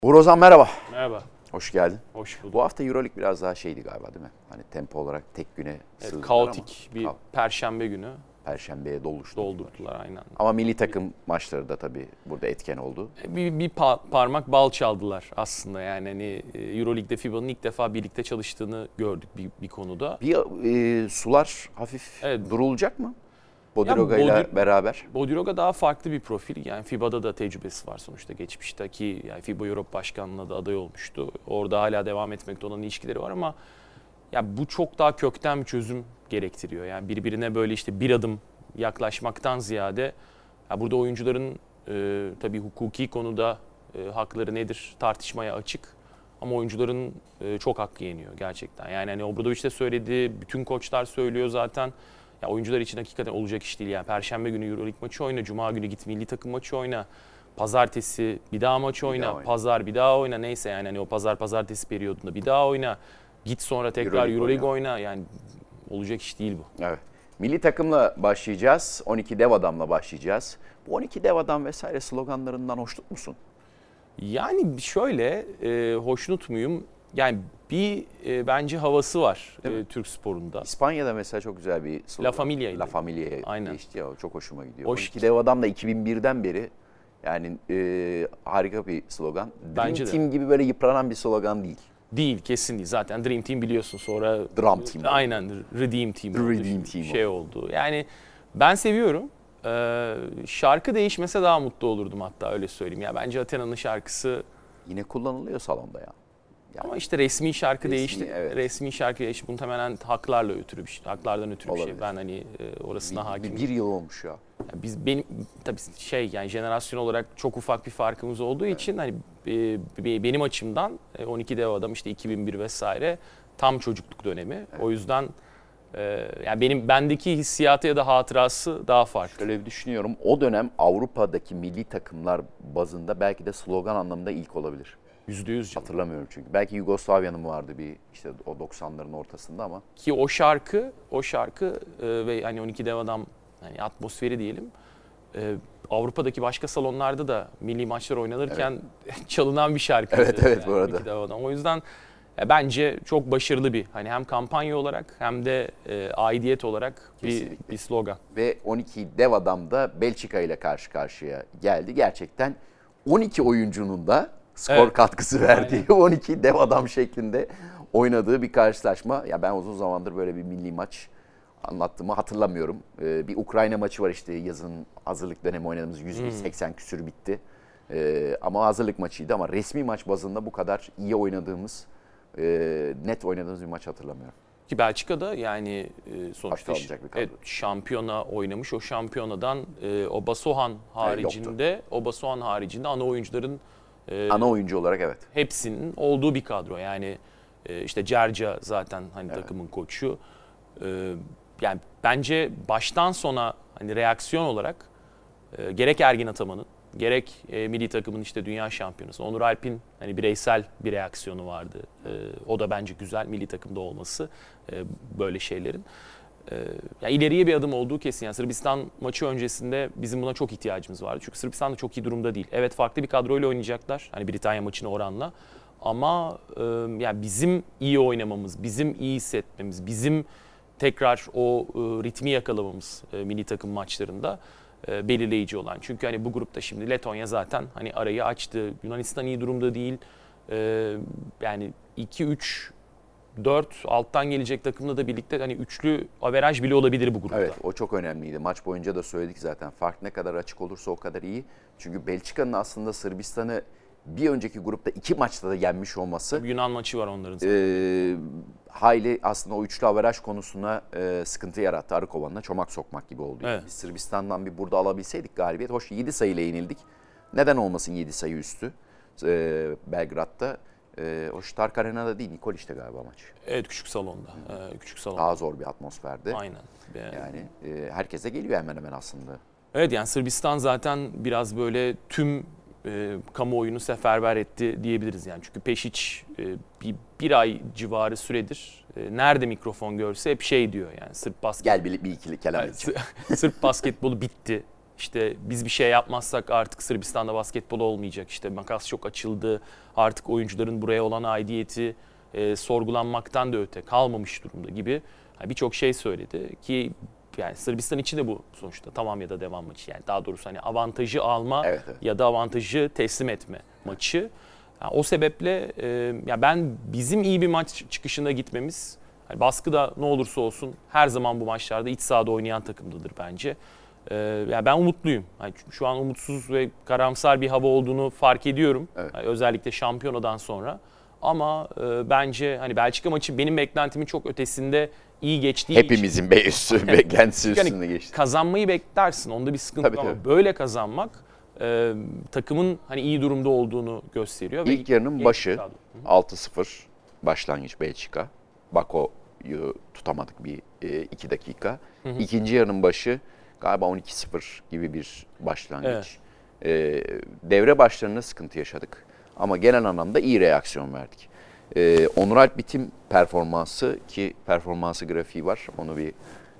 Uğur Ozan merhaba. Merhaba. Hoş geldin. Hoş bulduk. Bu hafta Euroleague biraz daha şeydi galiba değil mi? Hani tempo olarak tek güne sığdırdılar Kaotik ama bir perşembe günü Perşembeye doldurdular aynen. Ama milli takım maçları da tabii burada etken oldu. Bir parmak bal çaldılar aslında yani hani Euroleague'de FIBA'nın ilk defa birlikte çalıştığını gördük bir konuda. Sular hafif durulacak mı? Bodiroga ile beraber. Bodiroga daha farklı bir profil. Yani FIBA'da da tecrübesi var sonuçta geçmişteki. Yani FIBA Europe Başkanlığı'na da aday olmuştu. Orada hala devam etmekte olan ilişkileri var ama ya bu çok daha kökten bir çözüm gerektiriyor. Yani birbirine böyle işte bir adım yaklaşmaktan ziyade ya burada oyuncuların tabii hukuki konuda hakları nedir tartışmaya açık. Ama oyuncuların çok hakkı yeniyor gerçekten. Yani hani Obradoviç de söyledi, bütün koçlar söylüyor zaten. Ya oyuncular için hakikaten olacak iş değil. Yani Perşembe günü Euroleague maçı oyna, Cuma günü git milli takım maçı oyna. Pazartesi bir daha maç oyna, pazar bir daha oyna. Neyse yani hani o pazartesi periyodunda bir daha oyna. Git sonra tekrar Euroleague oyna. Yani olacak iş değil bu. Evet. Milli takımla başlayacağız. 12 dev adamla başlayacağız. Bu 12 dev adam vesaire sloganlarından hoşnut musun? Yani şöyle hoşnut muyum? Yani bence havası var Türk sporunda. İspanya'da mesela çok güzel bir slogan. La Familia'ydı. La Familia'ya Aynen. geçti ya, çok hoşuma gidiyor. 12 dev adam da 2001'den beri yani harika bir slogan. Dream Team gibi böyle yıpranan bir slogan değil. Değil, kesin değil. Zaten Dream Team biliyorsun sonra... Drum Team. Aynen, Redeem Team. Redeem Team şey oldu. Yani ben seviyorum. Şarkı değişmese daha mutlu olurdum hatta öyle söyleyeyim. Ya bence Athena'nın şarkısı... Yine kullanılıyor salonda ya. Yani ama işte resmi şarkı değişti. Evet. Resmi şarkı değişti. Muhtemelen haklardan ötürü bir şey. Ben hani orasına hakim. Bir yıl olmuş ya. Benim tabii yani jenerasyon olarak çok ufak bir farkımız olduğu için hani benim açımdan 12 dev adam işte 2001 vesaire tam çocukluk dönemi. Evet. O yüzden yani bendeki hissiyatı ya da hatırası daha farklı. Şöyle bir düşünüyorum. O dönem Avrupa'daki milli takımlar bazında belki de slogan anlamında ilk olabilir. %100. Hatırlamıyorum çünkü. Belki Yugoslavya'nın vardı bir işte o 90'ların ortasında ama. Ki o şarkı ve hani 12 dev adam hani atmosferi diyelim. Avrupa'daki başka salonlarda da milli maçlar oynanırken çalınan bir şarkıydı. Evet yani, bu arada. O yüzden bence çok başarılı bir hani hem kampanya olarak hem de aidiyet olarak bir slogan. Ve 12 dev adam da Belçika ile karşı karşıya geldi. Gerçekten 12 oyuncunun da skor katkısı verdiği 12 dev adam şeklinde oynadığı bir karşılaşma. Ya ben uzun zamandır böyle bir milli maç anlattığımı hatırlamıyorum. Bir Ukrayna maçı var işte yazın hazırlık dönemi oynadığımız 180 küsür bitti. Ama hazırlık maçıydı ama resmi maç bazında bu kadar iyi oynadığımız, net oynadığımız bir maç hatırlamıyorum. Ki Belçika'da yani sonuçta şampiyona oynamış. O şampiyonadan Obasohan haricinde ana oyuncuların ana oyuncu olarak evet. Hepsinin olduğu bir kadro. Yani işte Cerca zaten hani takımın koçu. Yani bence baştan sona hani reaksiyon olarak gerek Ergin Ataman'ın gerek milli takımın işte dünya şampiyonası Onur Alp'in hani bireysel bir reaksiyonu vardı. O da bence güzel milli takımda olması böyle şeylerin. Yani ileriye bir adım olduğu kesin. Yani Sırbistan maçı öncesinde bizim buna çok ihtiyacımız vardı. Çünkü Sırbistan da çok iyi durumda değil. Evet farklı bir kadroyla oynayacaklar. Hani Britanya maçına oranla. Ama yani bizim iyi oynamamız, bizim iyi hissetmemiz, bizim tekrar o ritmi yakalamamız milli takım maçlarında belirleyici olan. Çünkü hani bu grupta şimdi Letonya zaten hani arayı açtı. Yunanistan iyi durumda değil. Yani 2-3 4 alttan gelecek takımla da birlikte hani üçlü averaj bile olabilir bu grupta. Evet o çok önemliydi. Maç boyunca da söyledik zaten. Fark ne kadar açık olursa o kadar iyi. Çünkü Belçika'nın aslında Sırbistan'ı bir önceki grupta 2 maçta da yenmiş olması. Yunan maçı var onların. Hayli aslında o üçlü averaj konusuna sıkıntı yarattı. Arı kovanına çomak sokmak gibi oldu. Evet. Biz Sırbistan'dan bir burada alabilseydik galibiyet. Hoş 7 sayıyla yenildik. Neden olmasın 7 sayı üstü Belgrad'da. O Stark Arena'da değil, Nikoliç'te galiba maç. Evet, küçük salonda. Küçük salonda. Daha zor bir atmosferde. Aynen. Yani herkese geliyor hemen hemen aslında. Evet yani Sırbistan zaten biraz böyle tüm kamuoyunu seferber etti diyebiliriz yani. Çünkü Pešić bir ay civarı süredir nerede mikrofon görse hep şey diyor yani Sırp basket. Gel bir ikili kelam edeceğim. Sırp basketbolu bitti. İşte biz bir şey yapmazsak artık Sırbistan'da basketbol olmayacak. İşte makas çok açıldı. Artık oyuncuların buraya olan aidiyeti sorgulanmaktan da öte kalmamış durumda gibi birçok şey söyledi ki yani Sırbistan için de bu sonuçta tamam ya da devam maçı. Yani daha doğrusu hani avantajı alma ya da avantajı teslim etme maçı. Yani o sebeple ya ben bizim iyi bir maç çıkışında gitmemiz, yani baskıda ne olursa olsun her zaman bu maçlarda iç sahada oynayan takımdadır bence. Yani ben umutluyum. Yani şu an umutsuz ve karamsar bir hava olduğunu fark ediyorum. Evet. Yani özellikle şampiyonadan sonra. Ama bence hani Belçika maçı benim beklentimin çok ötesinde iyi geçtiği Hepimizin beklentisi üstünde geçti. Kazanmayı beklersin. Onda bir sıkıntı Tabii, yok ama tabii. böyle kazanmak takımın hani iyi durumda olduğunu gösteriyor. İlk yarının başı 6-0 başlangıç Belçika. Bako'yu tutamadık bir 2 dakika. İkinci yarının başı galiba 12-0 gibi bir başlangıç. Devre başlarında sıkıntı yaşadık. Ama genel anlamda iyi reaksiyon verdik. Onur Alp Bitim performansı, ki performansı grafiği var. Onu bir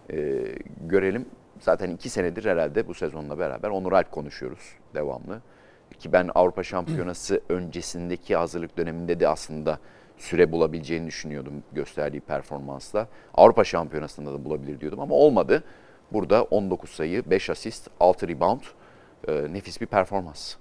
görelim. Zaten 2 senedir herhalde bu sezonla beraber Onur Alp konuşuyoruz devamlı. Ki ben Avrupa Şampiyonası öncesindeki hazırlık döneminde de aslında süre bulabileceğini düşünüyordum gösterdiği performansla. Avrupa Şampiyonası'nda da bulabilir diyordum ama olmadı. Burada 19 sayı, 5 asist, 6 rebound. Nefis bir performans.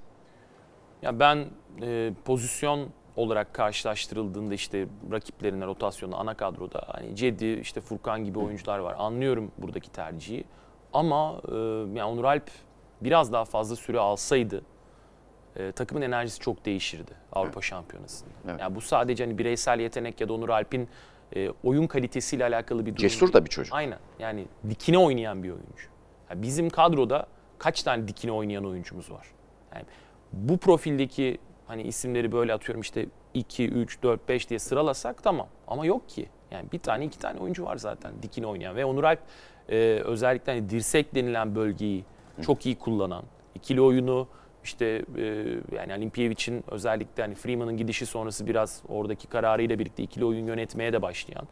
Ya ben pozisyon olarak karşılaştırıldığında işte rakiplerine rotasyonda ana kadroda hani Cedi, işte Furkan gibi oyuncular var. Anlıyorum buradaki tercihi. Ama yani Onur Alp biraz daha fazla süre alsaydı takımın enerjisi çok değişirdi Avrupa Şampiyonası'nda. Evet. Yani bu sadece hani bireysel yetenek ya da Onur Alp'in oyun kalitesiyle alakalı bir durum. Cesur da bir çocuk. Aynen. Yani dikine oynayan bir oyuncu. Yani bizim kadroda kaç tane dikine oynayan oyuncumuz var? Yani bu profildeki hani isimleri böyle atıyorum işte 2, 3, 4, 5 diye sıralasak tamam. Ama yok ki. Yani bir tane 2 tane oyuncu var zaten dikine oynayan. Ve Onur Alp özellikle hani dirsek denilen bölgeyi çok iyi kullanan, ikili oyunu işte yani Olimpiyevic'in özellikle hani Freeman'ın gidişi sonrası biraz oradaki kararıyla birlikte ikili oyun yönetmeye de başlayan.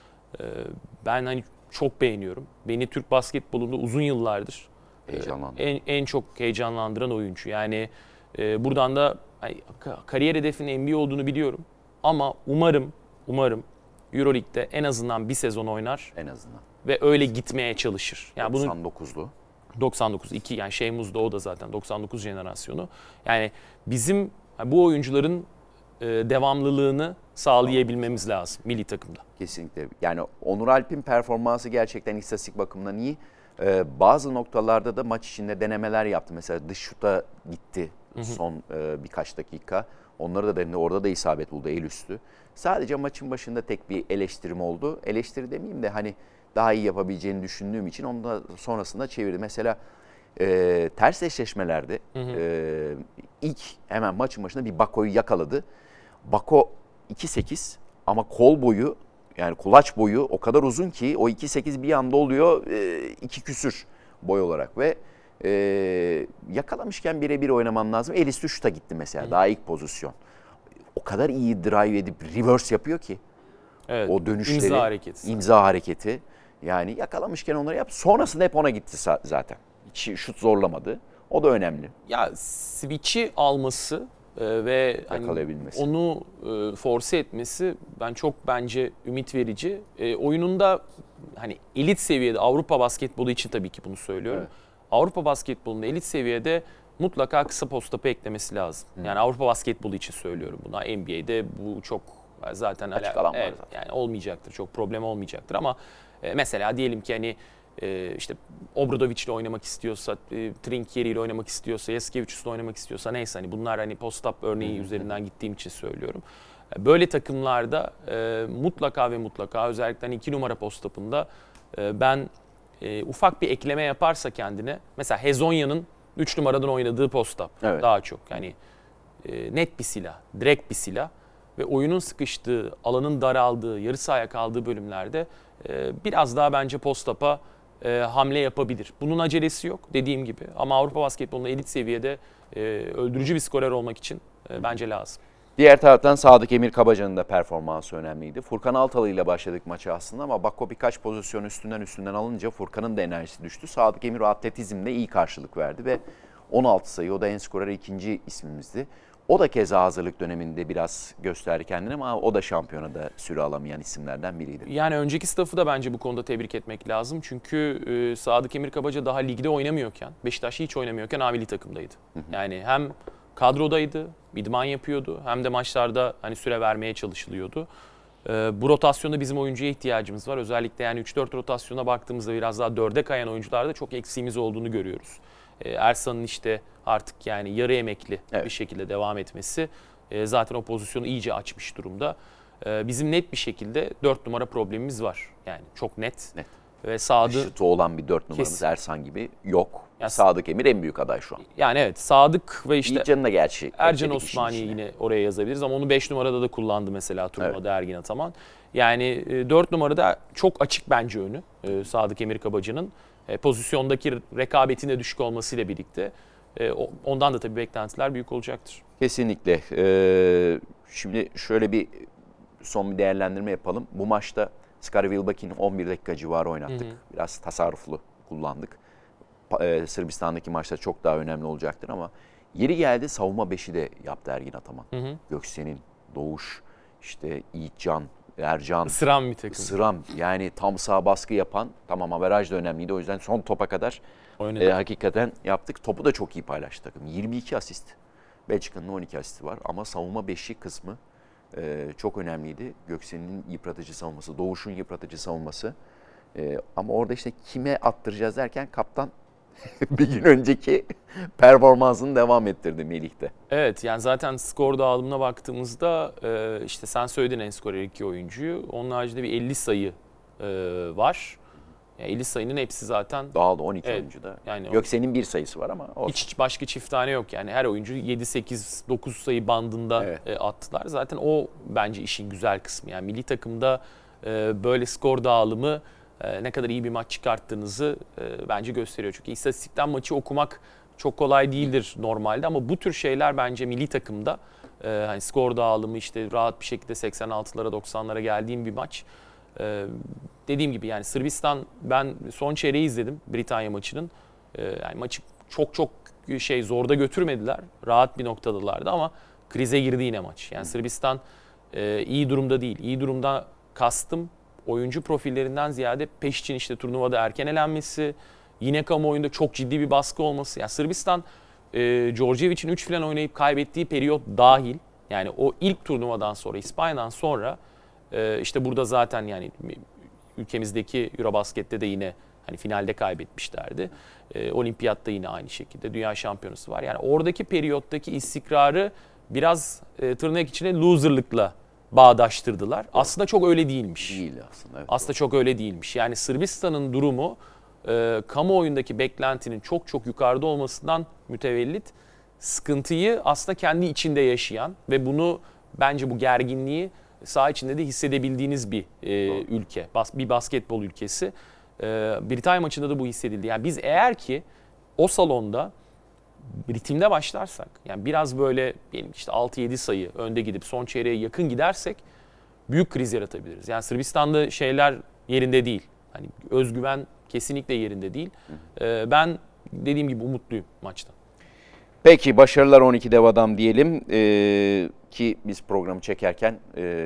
Ben hani çok beğeniyorum. Beni Türk basketbolunda uzun yıllardır en çok heyecanlandıran oyuncu. Yani buradan da hani, kariyer hedefinin NBA olduğunu biliyorum. Ama umarım Euroleague'de en azından bir sezon oynar. En azından. Ve öyle gitmeye çalışır. Yani 99'lu. 99, 2 yani Şeymuz da o da zaten 99 jenerasyonu. Yani bizim bu oyuncuların devamlılığını sağlayabilmemiz lazım milli takımda. Kesinlikle. Yani Onur Alp'in performansı gerçekten istatistik bakımından iyi. Bazı noktalarda da maç içinde denemeler yaptı. Mesela dış şuta gitti son birkaç dakika. Onları da denedi. Orada da isabet buldu el üstü. Sadece maçın başında tek bir eleştirim oldu. Eleştiri demeyeyim de hani daha iyi yapabileceğini düşündüğüm için onu da sonrasında çevirdi. Mesela ters eşleşmelerde ilk hemen maçın başında bir Bako'yu yakaladı. Bako 2.8 ama kol boyu yani kulaç boyu o kadar uzun ki o 2.8 bir anda oluyor 2 küsür boy olarak ve yakalamışken birebir oynaman lazım. El üstü şuta gitti mesela daha ilk pozisyon. O kadar iyi drive edip reverse yapıyor ki. Evet, o dönüşleri, imza hareketi. Yani yakalamışken onları yap. Sonrasında hep ona gitti zaten. Hiç şut zorlamadı. O da önemli. Ya switch'i alması ve hani onu force etmesi ben çok bence ümit verici. Oyununda hani elit seviyede Avrupa basketbolu için tabii ki bunu söylüyorum. Evet. Avrupa basketbolunda elit seviyede mutlaka kısa post-up'ı eklemesi lazım. Yani Avrupa basketbolu için söylüyorum buna. NBA'de bu çok zaten zaten. Yani olmayacaktır. Çok problem olmayacaktır ama mesela diyelim ki hani işte Obradovic'le oynamak istiyorsa, Trinkieri ile oynamak istiyorsa, Jaskevicius'la oynamak istiyorsa neyse hani bunlar hani post-up örneği üzerinden gittiğim için söylüyorum. Böyle takımlarda mutlaka ve mutlaka özellikle hani 2 numara post-up'ında ben ufak bir ekleme yaparsa kendine mesela Hezonya'nın 3 numaradan oynadığı post-up daha çok yani net bir silah, direkt bir silah ve oyunun sıkıştığı, alanın daraldığı, yarı sahaya kaldığı bölümlerde biraz daha bence post-up'a hamle yapabilir. Bunun acelesi yok dediğim gibi ama Avrupa basketbolunda elit seviyede öldürücü bir skorer olmak için bence lazım. Diğer taraftan Sadık Emir Kabaca'nın da performansı önemliydi. Furkan Altalı ile başladık maçı aslında ama Bakko birkaç pozisyon üstünden alınca Furkan'ın da enerjisi düştü. Sadık Emir atletizmle iyi karşılık verdi ve 16 sayı, o da en skorer ikinci ismimizdi. O da keza hazırlık döneminde biraz gösterdi kendini ama o da şampiyonada süre alamayan isimlerden biriydi. Yani önceki staff'ı da bence bu konuda tebrik etmek lazım. Çünkü Sadık Emir Kabaca daha ligde oynamıyorken, Beşiktaş'ta hiç oynamıyorken A milli takımdaydı. Yani hem kadrodaydı, idman yapıyordu hem de maçlarda hani süre vermeye çalışılıyordu. Bu rotasyonda bizim oyuncuya ihtiyacımız var. Özellikle yani 3-4 rotasyona baktığımızda biraz daha 4'e kayan oyuncularda çok eksiğimiz olduğunu görüyoruz. Ersan'ın işte artık yani yarı emekli bir şekilde devam etmesi zaten o pozisyonu iyice açmış durumda. Bizim net bir şekilde 4 numara problemimiz var. Yani çok net. Ve Şutu olan bir 4 numaramız Ersan gibi yok. Yani Sadık Emir en büyük aday şu an. Yani evet, Sadık ve işte Yiğitcan'ı da gerçi. Ercan Osmani'yi yine oraya yazabiliriz ama onu 5 numarada da kullandı mesela turnuvada Ergin Ataman. Yani 4 numarada çok açık bence önü Sadık Emir Kabacı'nın. Pozisyondaki rekabetine düşük olmasıyla birlikte ondan da tabii beklentiler büyük olacaktır. Kesinlikle. Şimdi şöyle bir son bir değerlendirme yapalım. Bu maçta Skari Wilbeck'in 11 dakika civarı oynattık. Biraz tasarruflu kullandık. Sırbistan'daki maçta çok daha önemli olacaktır ama yeri geldi savunma 5'i de yaptı Ergin Ataman. Göksen'in, Doğuş, işte Yiğitcan, Ercan. Sıram bir takım. Sıram yani tam sağ baskı yapan, tamam averaj da önemliydi o yüzden son topa kadar hakikaten yaptık. Topu da çok iyi paylaştı takım. 22 asist. Belçika'nın 12 asisti var ama savunma 5'i kısmı çok önemliydi. Göksen'in yıpratıcı savunması, Doğuş'un yıpratıcı savunması. Ama orada işte kime attıracağız derken kaptan bir gün önceki performansını devam ettirdi Melih'te. Evet, yani zaten skor dağılımına baktığımızda işte sen söyledin en skorer 2 oyuncuyu. Onun haricinde bir 50 sayı var. Yani 50 sayının hepsi zaten dağıldı 12 oyuncuda. Yani Göksen'in bir sayısı var ama hiç başka çift tane yok yani. Her oyuncu 7 8 9 sayı bandında attılar. Zaten o bence işin güzel kısmı. Yani milli takımda böyle skor dağılımı ne kadar iyi bir maç çıkarttığınızı bence gösteriyor. Çünkü istatistikten maçı okumak çok kolay değildir normalde ama bu tür şeyler bence milli takımda hani skor dağılımı işte rahat bir şekilde 86'lara 90'lara geldiğim bir maç. Dediğim gibi yani Sırbistan, ben son çeyreği izledim Britanya maçının. Yani maçı çok zorda götürmediler. Rahat bir noktadalardı ama krize girdi yine maç. Yani Sırbistan iyi durumda değil. İyi durumda kastım oyuncu profillerinden ziyade Peşic'in işte turnuvada erken elenmesi, yine kamuoyunda çok ciddi bir baskı olması. Yani Sırbistan Djordjevic'in 3 falan oynayıp kaybettiği periyot dahil, yani o ilk turnuvadan sonra, İspanya'dan sonra işte burada zaten yani ülkemizdeki Eurobasket'te de yine hani finalde kaybetmişlerdi. Olimpiyatta yine aynı şekilde dünya şampiyonası var. Yani oradaki periyottaki istikrarı biraz tırnak içine loserlıkla bağdaştırdılar. Aslında çok öyle değilmiş. Değil aslında. Evet, aslında çok öyle değilmiş. Yani Sırbistan'ın durumu kamuoyundaki beklentinin çok yukarıda olmasından mütevellit sıkıntıyı aslında kendi içinde yaşayan ve bunu bence bu gerginliği saha içinde de hissedebildiğiniz bir ülke. Bir basketbol ülkesi. Britanya maçında da bu hissedildi. Yani biz eğer ki o salonda ritimde başlarsak, yani biraz böyle diyelim işte 6-7 sayı önde gidip son çeyreğe yakın gidersek büyük kriz yaratabiliriz. Yani Sırbistan'da şeyler yerinde değil. Hani özgüven kesinlikle yerinde değil. Ben dediğim gibi umutluyum maçtan. Peki başarılar 12 dev adam diyelim ki biz programı çekerken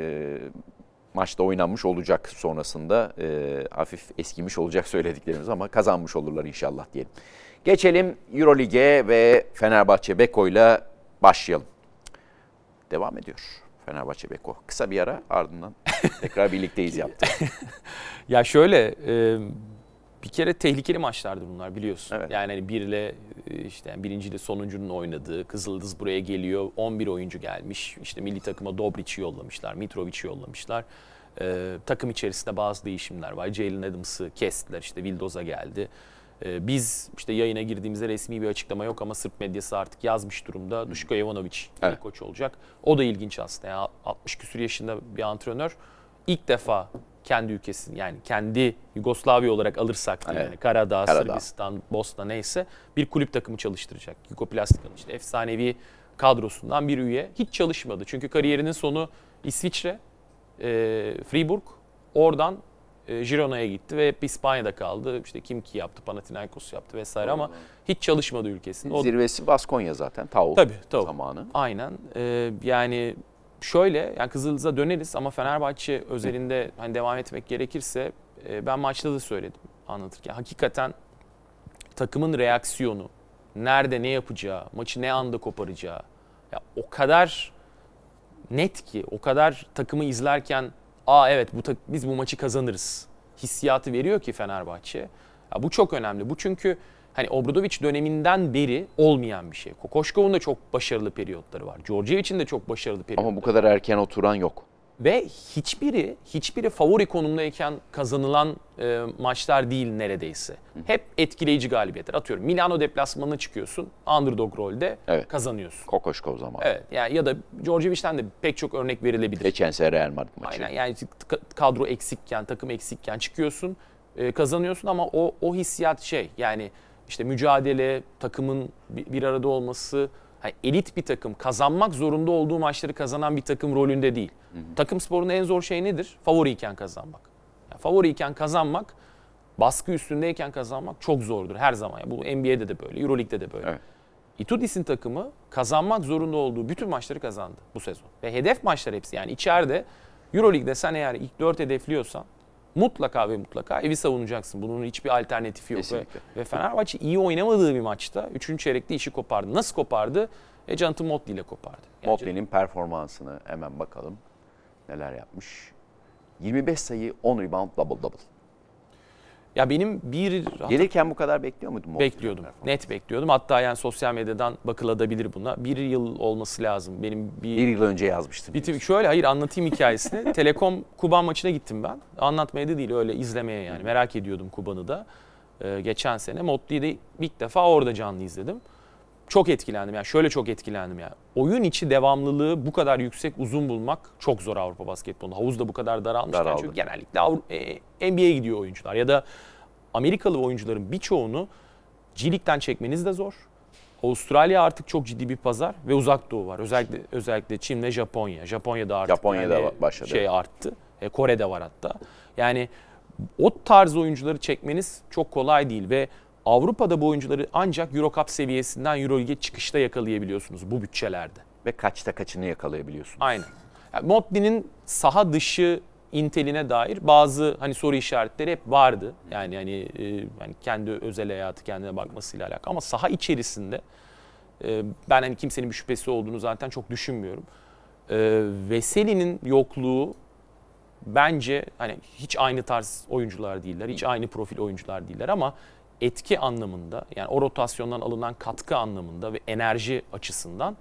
maçta oynanmış olacak sonrasında hafif eskimiş olacak söylediklerimiz ama kazanmış olurlar inşallah diyelim. Geçelim Eurolig'e ve Fenerbahçe Beko'yla başlayalım. Devam ediyor Fenerbahçe Beko. Kısa bir ara ardından tekrar birlikteyiz yaptı. Ya şöyle bir kere tehlikeli maçlardı bunlar biliyorsun. Evet. Yani hani birle işte yani birinci ile sonuncunun oynadığı, Kızıldız buraya geliyor. 11 oyuncu gelmiş. İşte milli takıma Dobric'i yollamışlar, Mitrovic'i yollamışlar. Takım içerisinde bazı değişimler var. Jalen Adams'ı kestiler, işte Vildoz'a geldi. Biz işte yayına girdiğimizde resmi bir açıklama yok ama Sırp medyası artık yazmış durumda. Duško Jovanović koç olacak. O da ilginç aslında. Yani 60 küsur yaşında bir antrenör. İlk defa kendi ülkesini, yani kendi Yugoslavya olarak alırsak yani Karadağ, Sırbistan, Bosna neyse bir kulüp takımı çalıştıracak. Yugoplastika'nın işte efsanevi kadrosundan bir üye. Hiç çalışmadı. Çünkü kariyerinin sonu İsviçre, Fribourg. Oradan Girona'ya gitti ve hep İspanya'da kaldı. İşte Kimki yaptı, Panathinaikos yaptı vesaire ama hiç çalışmadı ülkesinde. Zirvesi Baskonya zaten. Tau Tabii. zamanı. Aynen. Yani şöyle, yani Kızıldız'a döneriz ama Fenerbahçe özelinde hani devam etmek gerekirse ben maçta da söyledim anlatırken. Hakikaten takımın reaksiyonu, nerede ne yapacağı, maçı ne anda koparacağı ya o kadar net ki, o kadar takımı izlerken evet biz bu maçı kazanırız hissiyatı veriyor ki Fenerbahçe. Ya bu çok önemli. Bu çünkü hani Obradović döneminden beri olmayan bir şey. Kokoşkov'un da çok başarılı periyotları var. Djordjevic'in de çok başarılı periyotları var. Ama bu kadar erken oturan yok. Ve hiçbiri favori konumdayken kazanılan maçlar değil neredeyse. Hep etkileyici galibiyetler. Atıyorum Milano deplasmanına çıkıyorsun, underdog rolde kazanıyorsun. Kokoşkov zamanı. Evet, yani ya da Djordjevic'ten de pek çok örnek verilebilir. Geçen sene Real Madrid maçı. Aynen, yani kadro eksikken, takım eksikken çıkıyorsun, kazanıyorsun ama o hissiyat yani işte mücadele, takımın bir arada olması, yani elit bir takım, kazanmak zorunda olduğu maçları kazanan bir takım rolünde değil. Takım sporunda en zor şey nedir? Favoriyken kazanmak. Yani favoriyken kazanmak, baskı üstündeyken kazanmak çok zordur her zaman. Yani bu NBA'de de böyle, Euroleague'de de böyle. Evet. Itudis'in takımı kazanmak zorunda olduğu bütün maçları kazandı bu sezon. Ve hedef maçlar hepsi, yani içeride Euroleague'de sen eğer ilk 4 hedefliyorsan mutlaka ve mutlaka evi savunacaksın. Bunun hiçbir alternatifi yok. Ve Fenerbahçe iyi oynamadığı bir maçta 3. çeyrekte işi kopardı. Nasıl kopardı? Jonathan Motley ile kopardı. Motley'nin performansını hemen bakalım. Neler yapmış? 25 sayı, 10 rebound, double. Ya benim gelirken bu kadar bekliyor muydun? Bekliyordum. Net bekliyordum. Hatta yani sosyal medyadan bakılabilir buna. 1 yıl olması lazım. Benim bir yıl önce yazmıştım. Şöyle anlatayım hikayesini. Telekom Kuban maçına gittim ben. Anlatmaya da değil, öyle izlemeye yani. Merak ediyordum Kuban'ı da. Geçen sene Motley'i de ilk defa orada canlı izledim. Çok etkilendim. Yani şöyle çok etkilendim yani. Oyun içi devamlılığı bu kadar yüksek, uzun bulmak çok zor Avrupa basketbolunda. Havuz da bu kadar daralmışken çünkü genellikle NBA'ye gidiyor oyuncular ya da Amerikalı oyuncuların birçoğunu G League'den çekmeniz de zor. Avustralya artık çok ciddi bir pazar ve Uzak Doğu var. Özellikle Çin ve Japonya. Japonya'da artık başladı. Arttı. Kore'de var hatta. Yani o tarz oyuncuları çekmeniz çok kolay değil ve Avrupa'da bu oyuncuları ancak Eurocup seviyesinden Euroleague'e çıkışta yakalayabiliyorsunuz bu bütçelerde. Ve kaçını yakalayabiliyorsunuz. Aynen. Yani Motley'nin saha dışı inteline dair bazı soru işaretleri hep vardı. Yani kendi özel hayatı, kendine bakmasıyla alakalı. Ama saha içerisinde ben kimsenin bir şüphesi olduğunu zaten çok düşünmüyorum. Veseli'nin yokluğu bence hiç aynı tarz oyuncular değiller, hiç aynı profil oyuncular değiller ama etki anlamında, yani o rotasyondan alınan katkı anlamında ve enerji açısından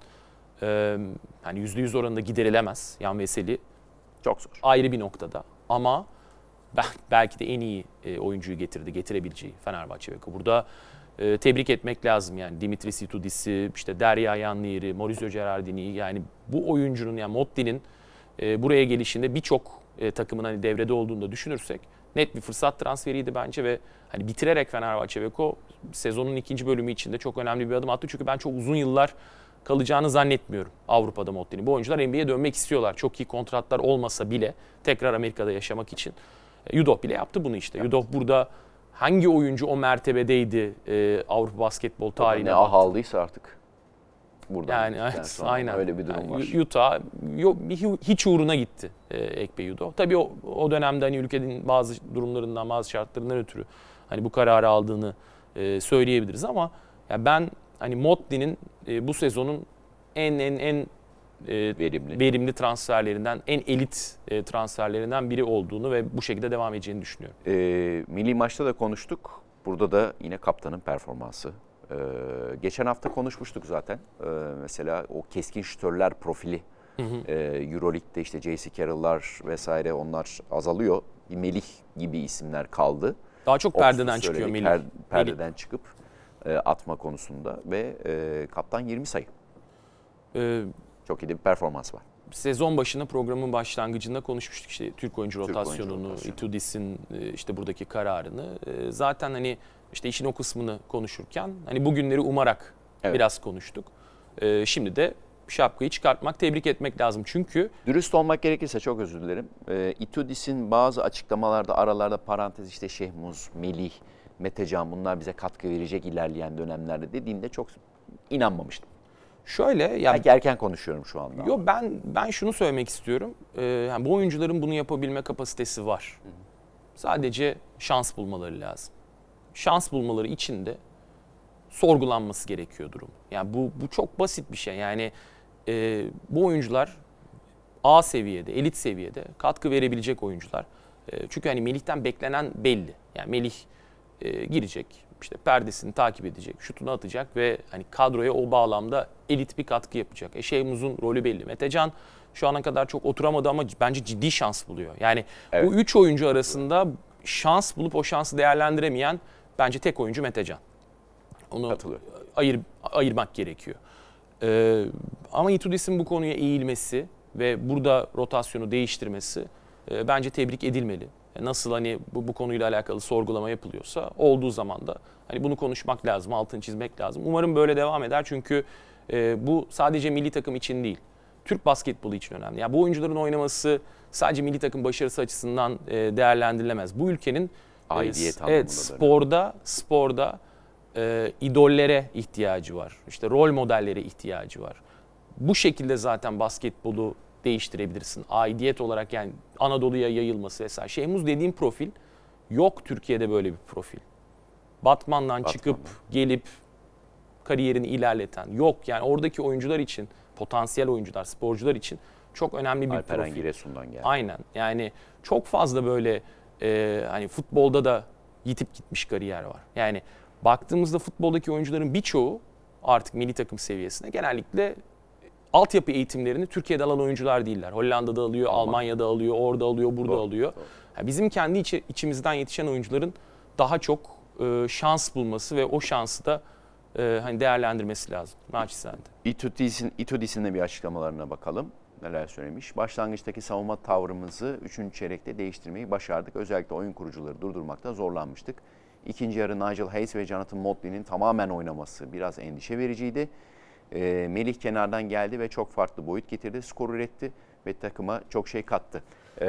%100 oranında giderilemez. Yan Veseli çok zor. Ayrı bir noktada ama belki de en iyi oyuncuyu getirebileceği Fenerbahçe. Burada tebrik etmek lazım yani Dimitris Itudis'i, işte Derya Yanlıyer'i, Maurizio Gerardini'yi, yani bu oyuncunun, yani Motley'nin buraya gelişinde birçok takımın devrede olduğunu da düşünürsek net bir fırsat transferiydi bence ve bitirerek Fenerbahçe Beko sezonun ikinci bölümü içinde çok önemli bir adım attı. Çünkü ben çok uzun yıllar kalacağını zannetmiyorum Avrupa'da Motley'nin. Bu oyuncular NBA'ye dönmek istiyorlar. Çok iyi kontratlar olmasa bile tekrar Amerika'da yaşamak için. Udop bile yaptı bunu işte. Udop burada hangi oyuncu o mertebedeydi Avrupa basketbol tarihine? Ne aldıysa artık. Buradan yani evet, aynen. Öyle bir durum var. Utah hiç uğruna gitti Ekpe Udop. Tabii o dönemde ülkenin bazı durumlarından, bazı şartlarından ötürü bu kararı aldığını söyleyebiliriz ama ben Motley'nin bu sezonun en verimli transferlerinden, en elit transferlerinden biri olduğunu ve bu şekilde devam edeceğini düşünüyorum. Milli maçta da konuştuk. Burada da yine kaptanın performansı. Geçen hafta konuşmuştuk zaten. Mesela o keskin şütörler profili. Euroleague'de işte J.C. Carroll'lar vesaire, onlar azalıyor. Melih gibi isimler kaldı. Daha çok perdeden çıkıyor Melih. Perdeden çıkıp atma konusunda ve kaptan 20 sayı. Çok iyi de bir performans var. Sezon başında, programın başlangıcında konuşmuştuk işte Türk oyuncu rotasyonunu, Itudis'in işte buradaki kararını. Zaten işte işin o kısmını konuşurken bugünleri umarak biraz konuştuk. Şimdi de şapkayı çıkartmak, tebrik etmek lazım. Çünkü Dürüst olmak gerekirse çok özür dilerim. Itudis'in bazı açıklamalarda aralarda parantez işte Şehmuz, Melih, Metecan bunlar bize katkı verecek ilerleyen dönemlerde dediğinde çok inanmamıştım. şöyle yani Belki erken konuşuyorum şu anda. yo ben şunu söylemek istiyorum. Yani bu oyuncuların bunu yapabilme kapasitesi var. Sadece şans bulmaları lazım. Şans bulmaları için de sorgulanması gerekiyor durum. Yani bu çok basit bir şey. Yani bu oyuncular A seviyede, elit seviyede katkı verebilecek oyuncular. Çünkü hani Melih'ten beklenen belli. Yani Melih girecek, işte perdesini takip edecek, şutunu atacak ve hani kadroya o bağlamda elit bir katkı yapacak. Şehmuz'un rolü belli. Metecan şu ana kadar çok oturamadı ama bence ciddi şans buluyor. Yani Evet. bu 3 oyuncu arasında şans bulup o şansı değerlendiremeyen bence tek oyuncu Metecan. Onu ayırmak gerekiyor. Ama Itudis'in bu konuya eğilmesi ve burada rotasyonu değiştirmesi bence tebrik edilmeli. Nasıl hani bu konuyla alakalı sorgulama yapılıyorsa olduğu zaman da hani bunu konuşmak lazım, altını çizmek lazım. Umarım böyle devam eder çünkü bu sadece milli takım için değil, Türk basketbolu için önemli. Yani bu oyuncuların oynaması sadece milli takım başarısı açısından değerlendirilemez. Bu ülkenin aidiyet anlamında sporda idollere ihtiyacı var. İşte rol modellere ihtiyacı var. Bu şekilde zaten basketbolu değiştirebilirsin. Aidiyet olarak yani Anadolu'ya yayılması vesaire. Şehmuz dediğim profil yok Türkiye'de böyle bir profil. Batman'dan çıkıp gelip kariyerini ilerleten yok. Yani oradaki oyuncular için, potansiyel oyuncular, sporcular için çok önemli bir Alperen profil. Giresun'dan geldi. Aynen. Yani çok fazla böyle hani futbolda da yitip gitmiş kariyer var. Yani baktığımızda futboldaki oyuncuların birçoğu artık milli takım seviyesinde genellikle altyapı eğitimlerini Türkiye'de alan oyuncular değiller. Hollanda'da alıyor, Almanya'da alıyor, orada alıyor, burada alıyor. Yani bizim kendi içimizden yetişen oyuncuların daha çok şans bulması ve o şansı da hani değerlendirmesi lazım. Naçizane. Itudis'in de bir açıklamalarına bakalım. Neler söylemiş? Başlangıçtaki savunma tavrımızı 3. çeyrekte değiştirmeyi başardık. Özellikle oyun kurucuları durdurmakta zorlanmıştık. İkinci yarı Nigel Hayes ve Jonathan Motley'nin tamamen oynaması biraz endişe vericiydi. Melih kenardan geldi ve çok farklı boyut getirdi, skor üretti ve takıma çok şey kattı.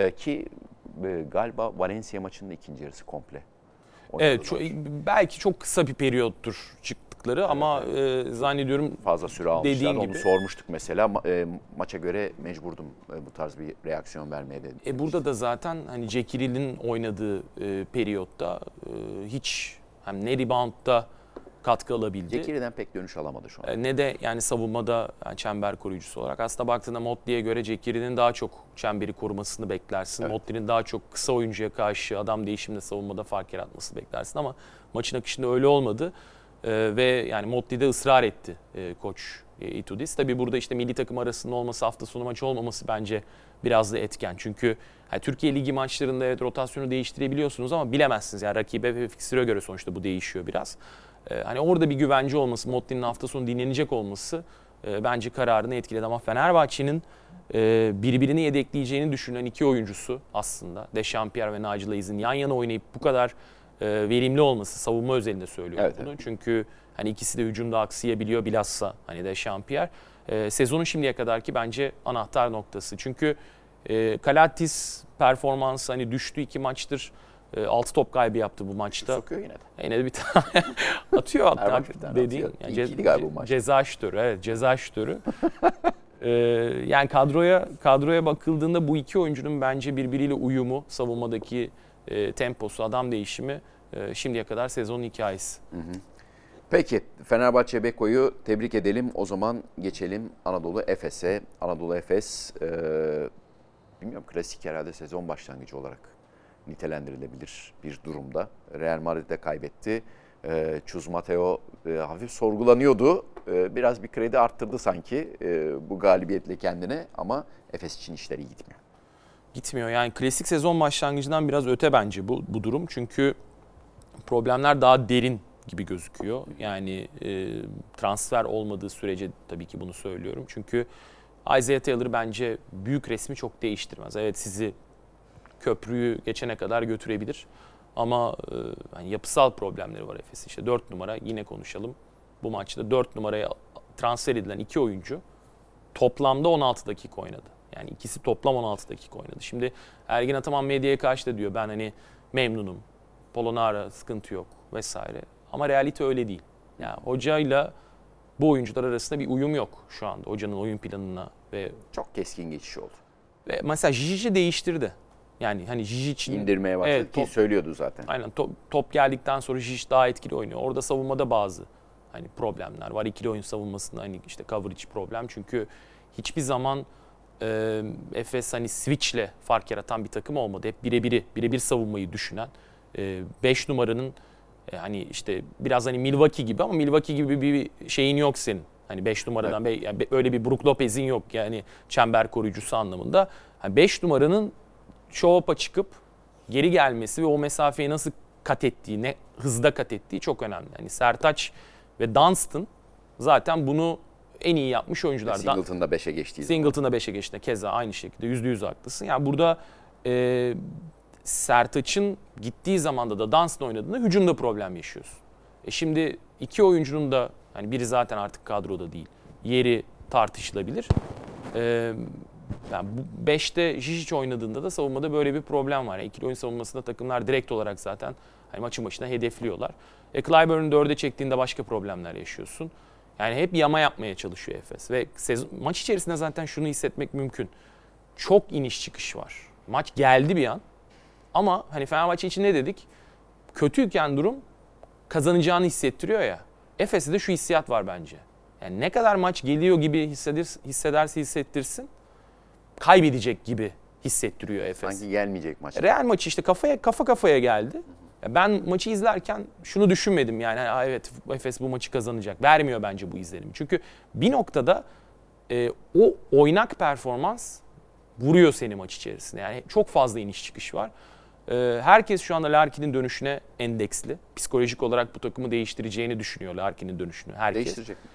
Galiba Valencia maçının ikinci yarısı komple. Evet, belki çok kısa bir periyottur çıktıkları ama zannediyorum fazla süre almışlar. Onu gibi, sormuştuk mesela. Maça göre mecburdum bu tarz bir reaksiyon vermeye de. Burada da zaten hani Jack Hill'in oynadığı periyotta hiç hem ne reboundda katkı alabildi. Jack Hill'den pek dönüş alamadı şu an. Ne de yani savunmada yani çember koruyucusu olarak. Aslında baktığında Motley'e göre Jack Hill'in daha çok çemberi korumasını beklersin. Evet. Motley'nin daha çok kısa oyuncuya karşı adam değişiminde savunmada fark yaratmasını beklersin ama maçın akışında öyle olmadı. Ve yani Motley'de ısrar etti koç Itudis. Tabii burada işte milli takım arasında olması, hafta sonu maçı olmaması bence biraz da etken. Çünkü yani Türkiye Ligi maçlarında evet rotasyonu değiştirebiliyorsunuz ama bilemezsiniz. Yani rakibe ve fikstüre göre sonuçta bu değişiyor biraz. Hani orada bir güvence olması, Motley'nin hafta sonu dinlenecek olması bence kararını etkiledi. Ama Fenerbahçe'nin birbirini yedekleyeceğini düşünen iki oyuncusu aslında Dechampierre ve Nigel Hayes'in yan yana oynayıp bu kadar verimli olması, savunma özelinde söylüyorum bunu. Evet. Çünkü hani ikisi de hücumda aksayabiliyor bilhassa hani Dechampierre. Sezonun şimdiye kadarki bence anahtar noktası. Çünkü Kalatis performansı hani düştü 2 maçtır. 6 top kaybı yaptı bu maçta. Sokuyor yine de. Yine de bir tane atıyor hatta dediğin. Yani ceza şütörü. Evet, ceza şütörü. Yani kadroya bakıldığında bu iki oyuncunun bence birbiriyle uyumu, savunmadaki temposu, adam değişimi şimdiye kadar sezonun hikayesi. Hı hı. Peki Fenerbahçe Beko'yu tebrik edelim. O zaman geçelim Anadolu Efes'e. Anadolu Efes bilmiyorum klasik herhalde sezon başlangıcı olarak nitelendirilebilir bir durumda. Real Madrid'de kaybetti. Chus Mateo hafif sorgulanıyordu. Biraz bir kredi arttırdı sanki bu galibiyetle kendine ama Efes için işler iyi gitmiyor. Gitmiyor yani klasik sezon başlangıcından biraz öte bence bu durum. Çünkü problemler daha derin gibi gözüküyor. Yani transfer olmadığı sürece tabii ki bunu söylüyorum. Çünkü Isaiah Taylor bence büyük resmi çok değiştirmez. Evet sizi köprüyü geçene kadar götürebilir. Ama yani yapısal problemleri var Efes'in. İşte 4 numara yine konuşalım. Bu maçta 4 numaraya transfer edilen iki oyuncu toplamda 16 dakika oynadı. Yani ikisi toplam 16 dakika oynadı. Şimdi Ergin Ataman medyaya karşı da diyor ben hani memnunum. Polonara sıkıntı yok vesaire. Ama realite öyle değil. Yani hocayla bu oyuncular arasında bir uyum yok şu anda. Hocanın oyun planına ve Çok keskin geçiş oldu. mesela Žižić'i değiştirdi. Yani hani Žižić'in İndirmeye başladı evet, ki söylüyordu zaten. Aynen top geldikten sonra Žižić daha etkili oynuyor. Orada savunmada bazı hani problemler var. İkili oyun savunmasında hani işte coverage problem. Çünkü hiçbir zaman Efes hani switch'le fark yaratan bir takım olmadı. Hep birebir savunmayı düşünen 5 numaranın hani işte biraz hani Milwaukee gibi ama Milwaukee gibi bir şeyin yok senin. Hani 5 numaradan yani öyle bir Brook Lopez'in yok yani çember koruyucusu anlamında. 5 numaranın show-up'a çıkıp geri gelmesi ve o mesafeyi nasıl kat ettiği, ne hızda kat ettiği çok önemli. Yani Sertaç ve Dunstan zaten bunu en iyi yapmış oyuncular. Singleton'da 5'e geçtiği Singleton'da 5'e geçtiğinde keza aynı şekilde %100 haklısın. Yani burada Sertaç'ın gittiği zamanda da Dunstan oynadığında hücumda problem yaşıyorsun. Şimdi iki oyuncunun da hani biri zaten artık kadroda değil. Yeri tartışılabilir. Yani 5'te Žižić oynadığında da savunmada böyle bir problem var. Yani ikili oyun savunmasında takımlar direkt olarak zaten hani maçın başına hedefliyorlar. Clyburn'u 4'e çektiğinde başka problemler yaşıyorsun. Yani hep yama yapmaya çalışıyor Efes. Ve maç içerisinde zaten şunu hissetmek mümkün. Çok iniş çıkış var. Maç geldi bir an. Ama hani Fenerbahçe için ne dedik? Kötüyken durum kazanacağını hissettiriyor ya. Efes'te de şu hissiyat var bence. Yani ne kadar maç geliyor gibi hissederse hissettirsin, kaybedecek gibi hissettiriyor Efes. Sanki gelmeyecek maç. Real maçı işte kafa kafaya geldi. Ben maçı izlerken şunu düşünmedim yani evet Efes bu maçı kazanacak. Vermiyor bence bu izlenimi. Çünkü bir noktada o oynak performans vuruyor seni maç içerisinde. Yani çok fazla iniş çıkış var. Herkes şu anda Larkin'in dönüşüne endeksli. Psikolojik olarak bu takımı değiştireceğini düşünüyor Larkin'in dönüşünü. Herkes. Değiştirecek mi?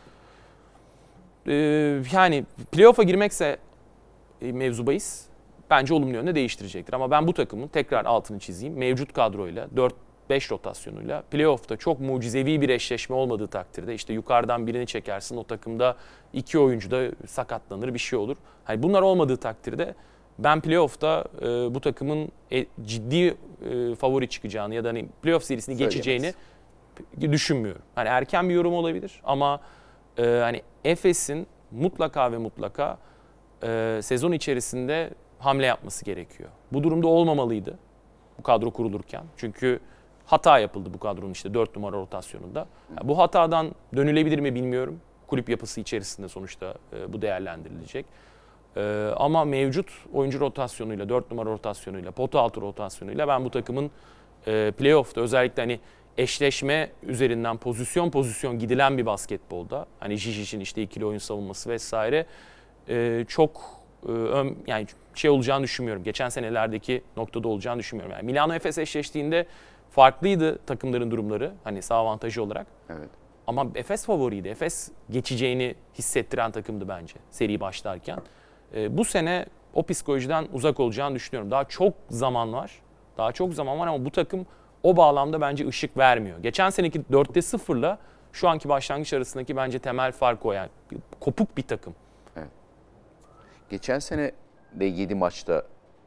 Yani playoff'a girmekse mevzu bahis bence olumlu yönde değiştirecektir. Ama ben bu takımın tekrar altını çizeyim. Mevcut kadroyla 4-5 rotasyonuyla playoff'ta çok mucizevi bir eşleşme olmadığı takdirde işte yukarıdan birini çekersin o takımda iki oyuncu da sakatlanır bir şey olur. Hani bunlar olmadığı takdirde ben playoff'ta bu takımın ciddi favori çıkacağını ya da hani playoff serisini geçeceğini düşünmüyorum. Hani erken bir yorum olabilir ama hani Efes'in mutlaka ve mutlaka sezon içerisinde hamle yapması gerekiyor. Bu durumda olmamalıydı bu kadro kurulurken. Çünkü hata yapıldı bu kadronun işte 4 numara rotasyonunda. Yani bu hatadan dönülebilir mi bilmiyorum. Kulüp yapısı içerisinde sonuçta bu değerlendirilecek. Ama mevcut oyuncu rotasyonuyla, 4 numara rotasyonuyla, pota altı rotasyonuyla ben bu takımın playoff'ta özellikle hani eşleşme üzerinden pozisyon gidilen bir basketbolda hani Žižić'in işte ikili oyun savunması vesaire çok yani şey olacağını düşünmüyorum. Geçen senelerdeki noktada olacağını düşünmüyorum. Yani Milano Efes eşleştiğinde farklıydı takımların durumları hani sağ avantajı olarak. Evet. Ama Efes favoriydi. Efes geçeceğini hissettiren takımdı bence seri başlarken. Bu sene o psikolojiden uzak olacağını düşünüyorum. Daha çok zaman var. Ama bu takım o bağlamda bence ışık vermiyor. Geçen seneki 4'te 0'la şu anki başlangıç arasındaki bence temel fark o yani. kopuk bir takım. Evet. Geçen sene de 7 maçta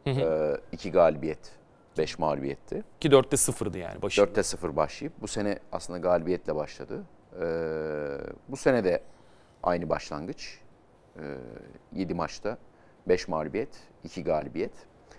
2 galibiyet, 5 mağlubiyetti. Ki 4'te 0'dı yani başında. 4'te 0 başlayıp bu sene aslında galibiyetle başladı. Bu sene de aynı başlangıç. 7 maçta 5 mağlubiyet, 2 galibiyet.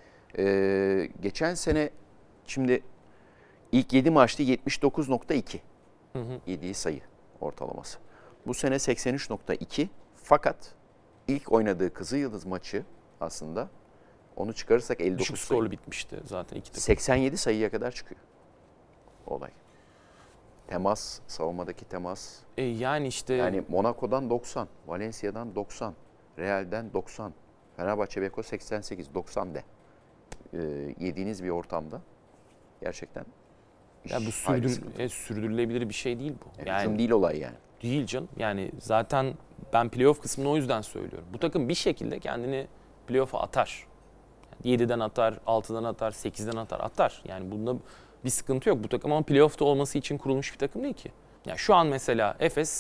Geçen sene şimdi ilk 7 maçta 79.2 yediği sayı ortalaması. Bu sene 83.2 fakat ilk oynadığı Kızılyıldız maçı aslında onu çıkarırsak 59 düşük skorlu bitmişti zaten iki takım. 87 sayıya kadar çıkıyor olay. Temas, savunmadaki temas. Yani işte Yani Monaco'dan 90, Valencia'dan 90, Real'den 90, Fenerbahçe Beko 88, 90 de. Yediğiniz bir ortamda gerçekten ya bu sürdürülebilir bir şey değil bu. Yani değil olay yani. Değil canım. Yani zaten ben playoff kısmını o yüzden söylüyorum. Bu takım bir şekilde kendini playoff'a atar. Yani 7'den atar, 6'dan atar, 8'den atar. Yani bunda bir sıkıntı yok. Bu takım ama playoff'ta olması için kurulmuş bir takım değil ki. Yani şu an mesela Efes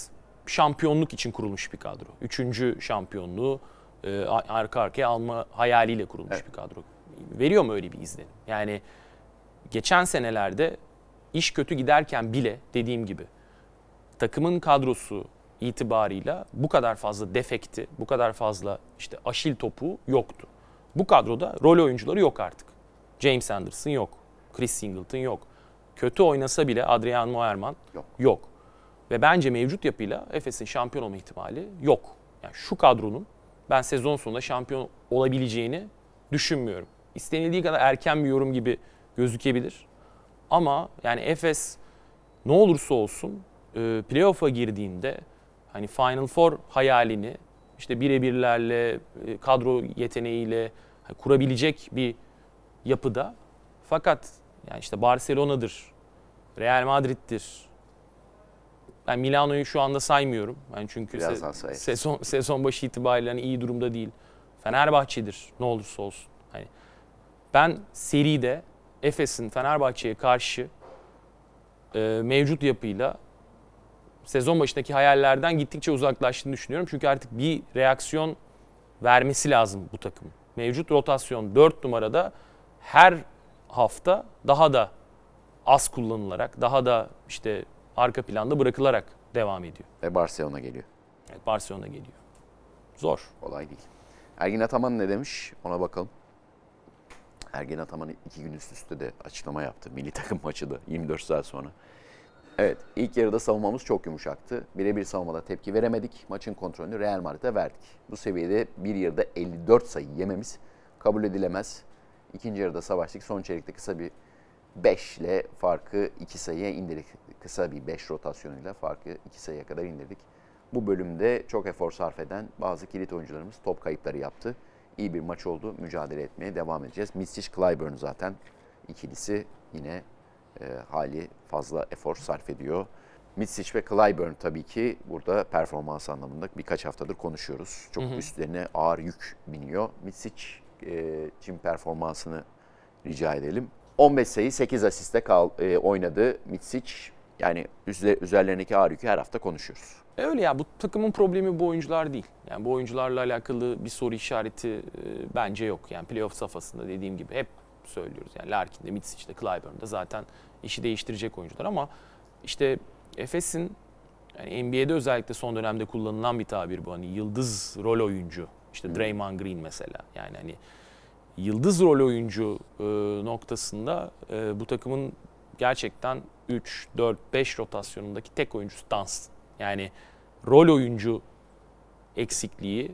şampiyonluk için kurulmuş bir kadro. 3. şampiyonluğu arka arkaya alma hayaliyle kurulmuş bir kadro. Veriyor mu öyle bir izlenim? Yani geçen senelerde iş kötü giderken bile dediğim gibi takımın kadrosu itibarıyla bu kadar fazla defekti, bu kadar fazla işte aşil topu yoktu. Bu kadroda rol oyuncuları yok artık. James Anderson yok. Chris Singleton yok. Kötü oynasa bile Adrian Moerman yok. Ve bence mevcut yapıyla Efes'in şampiyon olma ihtimali yok. Yani şu kadronun ben sezon sonunda şampiyon olabileceğini düşünmüyorum. İstenildiği kadar erken bir yorum gibi gözükebilir. Ama yani Efes ne olursa olsun playoff'a girdiğinde hani Final Four hayalini işte birebirlerle, kadro yeteneğiyle kurabilecek bir yapıda. Fakat yani işte Barcelona'dır, Real Madrid'dir. Ben Milano'yu şu anda saymıyorum. Yani çünkü sezon başı itibariyle hani iyi durumda değil. Fenerbahçe'dir ne olursa olsun. Hani ben seride Efes'in Fenerbahçe'ye karşı mevcut yapıyla sezon başındaki hayallerden gittikçe uzaklaştığını düşünüyorum. Çünkü artık bir reaksiyon vermesi lazım bu takım. Mevcut rotasyon 4 numarada her hafta daha da az kullanılarak, daha da işte arka planda bırakılarak devam ediyor. Ve Barcelona geliyor. Evet, Barcelona geliyor. Zor. Kolay değil. Ergin Ataman ne demiş? Ona bakalım. Ergin Ataman 2 gün üst üste de açıklama yaptı. Milli takım maçı da 24 saat sonra. Evet, ilk yarıda savunmamız çok yumuşaktı. Birebir savunmada tepki veremedik. Maçın kontrolünü Real Madrid'e verdik. Bu seviyede bir yarıda 54 sayı yememiz kabul edilemez. İkinci yarıda savaştık. Son çeyrekte kısa bir 5 ile farkı 2 sayıya indirdik. Kısa bir 5 rotasyonuyla farkı 2 sayıya kadar indirdik. Bu bölümde çok efor sarf eden bazı kilit oyuncularımız top kayıpları yaptı. İyi bir maç oldu. Mücadele etmeye devam edeceğiz. Micic-Clyburn zaten ikilisi yine hali fazla efor sarf ediyor. Micic ve Clyburn tabii ki burada performans anlamında birkaç haftadır konuşuyoruz. Çok üstlerine ağır yük biniyor. Micic'in performansını rica edelim. 15 sayı 8 asiste oynadı Micic. Yani üzerlerindeki ağır yükü her hafta konuşuyoruz. Öyle ya, bu takımın problemi bu oyuncular değil. Yani bu oyuncularla alakalı bir soru işareti bence yok. Yani playoff safhasında dediğim gibi hep söylüyoruz. Yani Larkin'de, Micic'de, Clyburn'da zaten işi değiştirecek oyuncular ama işte Efes'in yani NBA'de özellikle son dönemde kullanılan bir tabir bu. Hani yıldız rol oyuncu. İşte Draymond Green mesela. Yani hani yıldız rol oyuncu noktasında bu takımın gerçekten 3, 4, 5 rotasyonundaki tek oyuncusu Dunstan. Yani rol oyuncu eksikliği,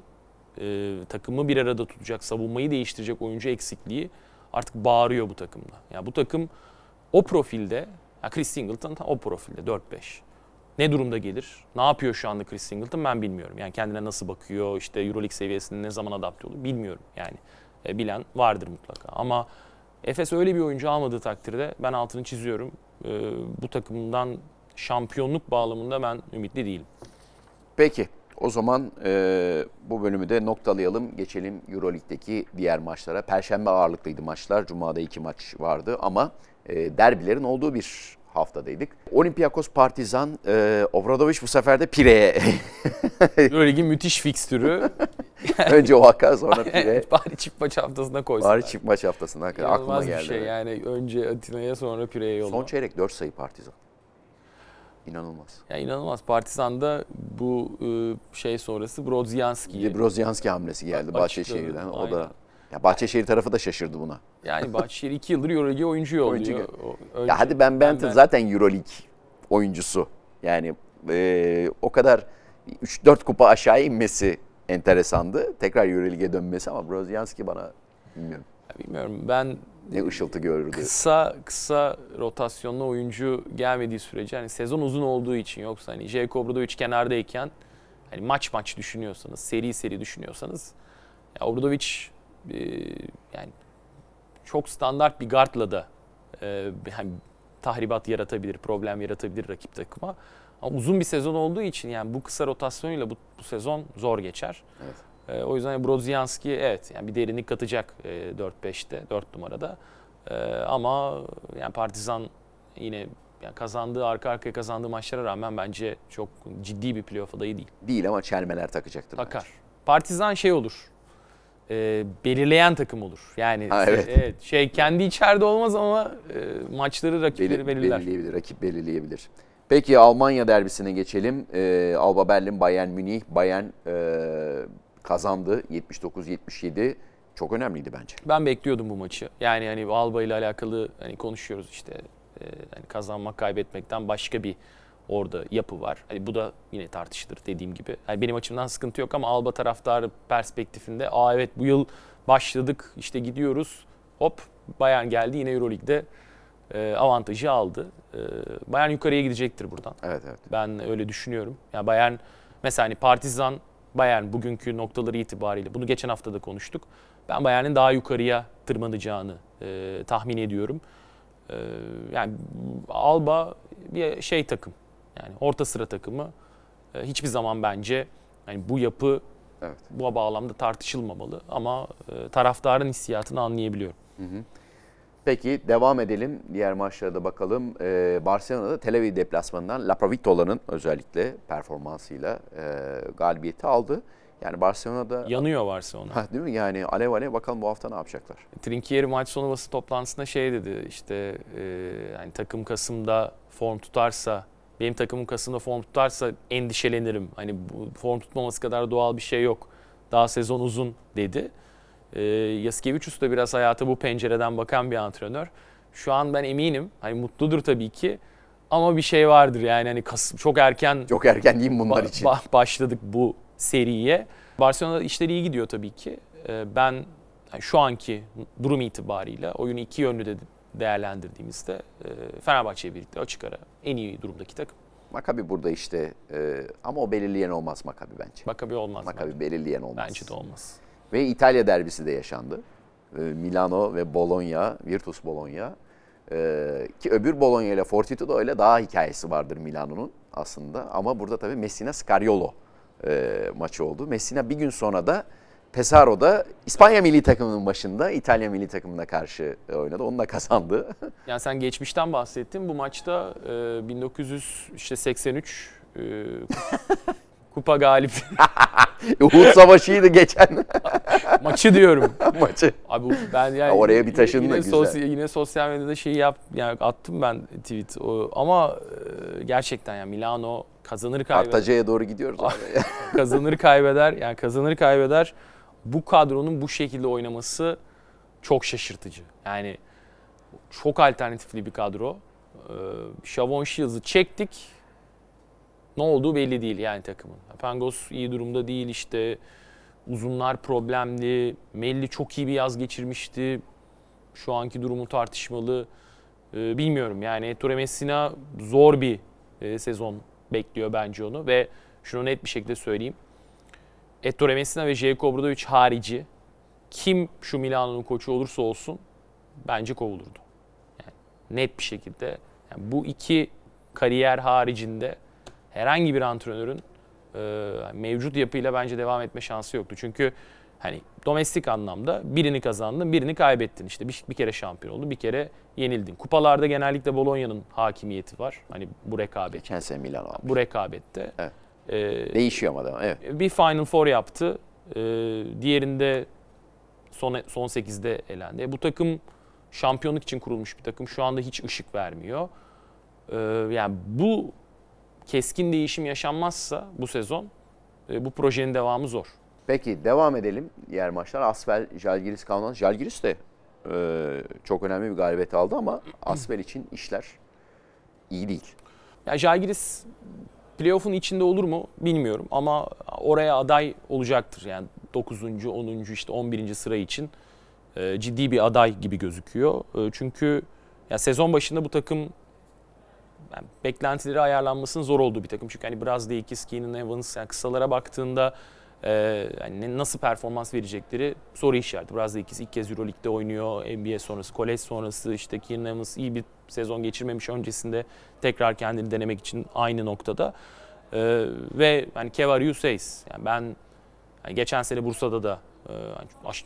takımı bir arada tutacak, savunmayı değiştirecek oyuncu eksikliği artık bağırıyor bu takımda. Yani bu takım o profilde, Chris Singleton o profilde 4-5. Ne durumda gelir? Ne yapıyor şu anda Chris Singleton ben bilmiyorum. Yani kendine nasıl bakıyor, işte EuroLeague seviyesinde ne zaman adapte olur bilmiyorum. Yani bilen vardır mutlaka. Ama Efes öyle bir oyuncu almadığı takdirde ben altını çiziyorum. Bu takımdan şampiyonluk bağlamında ben ümitli değilim. Peki o zaman bu bölümü de noktalayalım. Geçelim EuroLeague'deki diğer maçlara. Perşembe ağırlıklıydı maçlar. Cuma'da 2 maç vardı ama derbilerin olduğu bir haftadaydık. Olympiakos Partizan, Obradović bu sefer de Pire'ye. EuroLeague'in müthiş fikstürü. Önce Oaxaca sonra Pire. Bari çift maç haftasına koysunlar. Bari çift maç haftasına aklıma geldi. Bir şey yani önce Atina'ya sonra Pire'ye yolla. Son çeyrek 4 sayı Partizan. İnanılmaz. Ya inanılmaz. Partizan'da bu şey sonrası Brodzianski hamlesi geldi Bahçeşehir'den. O da ya Bahçeşehir tarafı da şaşırdı buna. Yani Bahçeşehir 2 yıldır EuroLeague'e oyuncu yolluyor. Ya hadi ben zaten EuroLeague oyuncusu. Yani o kadar 3-4 kupa aşağı inmesi enteresandı. Tekrar EuroLeague'e dönmesi ama Brodzianski bana bilmiyorum. Ya bilmiyorum. Ben ne ışıltı gördü. Kısa rotasyonlu oyuncu gelmediği sürece hani sezon uzun olduğu için yoksa hani Željko Obradović kenardayken hani maç düşünüyorsanız, seri düşünüyorsanız ya Obradović yani çok standart bir guardla da hani tahribat yaratabilir, problem yaratabilir rakip takıma. Ama uzun bir sezon olduğu için yani bu kısa rotasyonuyla bu sezon zor geçer. Evet. O yüzden Brodzianski evet yani bir derinlik katacak 4-5'te, 4 numarada. Ama yani Partizan yine yani kazandığı, arka arkaya kazandığı maçlara rağmen bence çok ciddi bir playoff adayı değil. Değil ama çelmeler takacaktır. Takar. Bence. Partizan şey olur. Belirleyen takım olur. Yani evet. Kendi içeride olmaz ama maçları rakipleri belirler. Belirleyebilir, rakip belirleyebilir. Peki Almanya derbisine geçelim. Alba Berlin, Bayern Münih. Bayern kazandı 79-77. Çok önemliydi bence. Ben bekliyordum bu maçı. Yani hani Alba ile alakalı hani konuşuyoruz işte. Hani kazanmak, kaybetmekten başka bir orada yapı var. Hani bu da yine tartışılır dediğim gibi. Yani benim açımdan sıkıntı yok ama Alba taraftarı perspektifinde evet bu yıl başladık işte gidiyoruz. Hop Bayern geldi yine Euroleague'de avantajı aldı. Bayern yukarıya gidecektir buradan. Evet. Ben öyle düşünüyorum. Yani Bayern mesela hani Partizan Bayern bugünkü noktaları itibariyle bunu geçen hafta da konuştuk. Ben Bayern'in daha yukarıya tırmanacağını tahmin ediyorum. Yani Alba bir takım. Yani orta sıra takımı. Hiçbir zaman bence yani bu yapı bu bağlamda tartışılmamalı ama taraftarın hissiyatını anlayabiliyorum. Peki devam edelim. Diğer maçlara da bakalım. Barcelona'da Tel Aviv deplasmanından Laprovitola'nın özellikle performansıyla galibiyeti aldı. Yani Barcelona'da... Yanıyor Barcelona. Değil mi? Yani alev alev bakalım bu hafta ne yapacaklar? Trinkieri maç sonu basın toplantısında dedi işte yani takım Kasım'da form tutarsa, benim takımım Kasım'da form tutarsa endişelenirim. Hani bu form tutmaması kadar doğal bir şey yok. Daha sezon uzun dedi. Yasikevicius da biraz hayata bu pencereden bakan bir antrenör. Şu an ben eminim. Hani mutludur tabii ki. Ama bir şey vardır yani hani Kasım çok erken değil mi bunlar için? Başladık bu seriye. Barcelona'da işleri iyi gidiyor tabii ki. Ben yani şu anki durum itibariyle oyunu iki yönlü de değerlendirdiğimizde Fenerbahçe'yle birlikte açık ara en iyi durumdaki takım. Maccabi burada işte ama o belirleyen olmaz Maccabi bence. Maccabi olmaz. Maccabi belirleyen olmaz. Bence de olmaz. Ve İtalya derbisi de yaşandı. Milano ve Bologna, Virtus Bologna. Ki öbür Bologna ile Fortitudo ile daha hikayesi vardır Milano'nun aslında. Ama burada tabii Messina Scariolo maçı oldu. Messina bir gün sonra da Pesaro'da İspanya milli takımının başında İtalya milli takımına karşı oynadı. Onu da kazandı. Yani sen geçmişten bahsettin. Bu maçta 1983 kupa galip. Uhud Savaşı'ydı geçen. Maçı diyorum. Maçı. Abi ben yani oraya bir taşın da güzel. Yine sosyal medyada yani attım ben tweet. Ama gerçekten yani Milano kazanır kaybeder. Kartaca'ya doğru gidiyoruz. Kazanır kaybeder. Yani kazanır kaybeder. Bu kadronun bu şekilde oynaması çok şaşırtıcı. Yani çok alternatifli bir kadro. Shavon Shields'ı çektik. Ne olduğu belli değil yani takımın. Pangos iyi durumda değil işte. Uzunlar problemli. Melli çok iyi bir yaz geçirmişti. Şu anki durumu tartışmalı. Bilmiyorum yani Ettore Messina zor bir sezon bekliyor bence onu. Ve şunu net bir şekilde söyleyeyim. Ettore Messina ve Željko Obradović harici kim şu Milano'nun koçu olursa olsun bence kovulurdu. Yani net bir şekilde. Yani bu iki kariyer haricinde herhangi bir antrenörün mevcut yapıyla bence devam etme şansı yoktu. Çünkü hani domestik anlamda birini kazandın, birini kaybettin. İşte bir kere şampiyon oldun, bir kere yenildin. Kupalarda genellikle Bologna'nın hakimiyeti var. Hani bu rekabet. Geçen sene Milano almış. Bu rekabette. Evet. Değişiyor ama da. Evet. Bir Final Four yaptı. Diğerinde son 8'de elendi. Bu takım şampiyonluk için kurulmuş bir takım. Şu anda hiç ışık vermiyor. Yani bu keskin değişim yaşanmazsa bu sezon bu projenin devamı zor. Peki devam edelim. Diğer maçlar Asvel, Žalgiris, Kaunas. Žalgiris de çok önemli bir galibiyet aldı ama Asvel için işler iyi değil. Ya Žalgiris playoff'un içinde olur mu bilmiyorum ama oraya aday olacaktır. Yani 9. 10. işte 11. sıra için ciddi bir aday gibi gözüküyor. Çünkü ya sezon başında bu takım yani beklentileri ayarlanmasının zor olduğu bir takım. Çünkü hani Brazdeikis, Keenan Evans yani kısalara baktığında yani nasıl performans verecekleri soru işareti. Brazdeikis ilk kez Euroleague'de oynuyor. NBA sonrası, kolej sonrası işte Keenan Evans iyi bir sezon geçirmemiş, öncesinde tekrar kendini denemek için aynı noktada. Ve hani Keva Ryuseis yani ben yani geçen sene Bursa'da da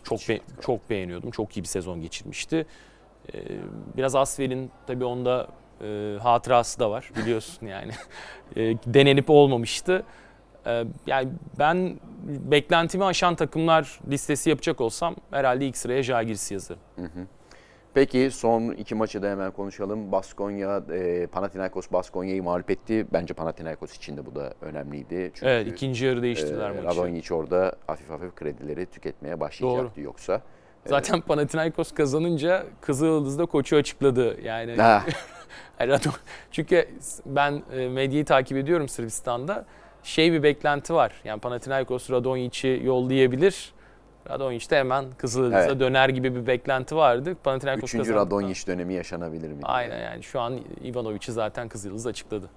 çok beğeniyordum. Çok iyi bir sezon geçirmişti. Biraz Asvel'in tabii onda hatırası da var biliyorsun yani. Denenip olmamıştı. Yani ben beklentimi aşan takımlar listesi yapacak olsam herhalde ilk sıraya Žalgiris'i yazarım. Peki son iki maçı da hemen konuşalım. Baskonya, Panathinaikos Baskonya'yı mağlup etti. Bence Panathinaikos için de bu da önemliydi. Çünkü, evet, ikinci yarı değiştirdiler maçı. Radonjić orada hafif hafif kredileri tüketmeye başlayacaktı. Doğru. Yoksa. Zaten Panathinaikos kazanınca Kızılyıldız da koçu açıkladı. Yani çünkü ben medyayı takip ediyorum Sırbistan'da. Bir beklenti var. Yani Panathinaikos Radonjić'i yollayabilir. Radonjić de hemen Kızılyıldız'a döner gibi bir beklenti vardı. Panathinaikos Üçüncü Radonjić dönemi yaşanabilir mi? Aynen yani şu an Ivanovic'i zaten Kızılyıldız açıkladı.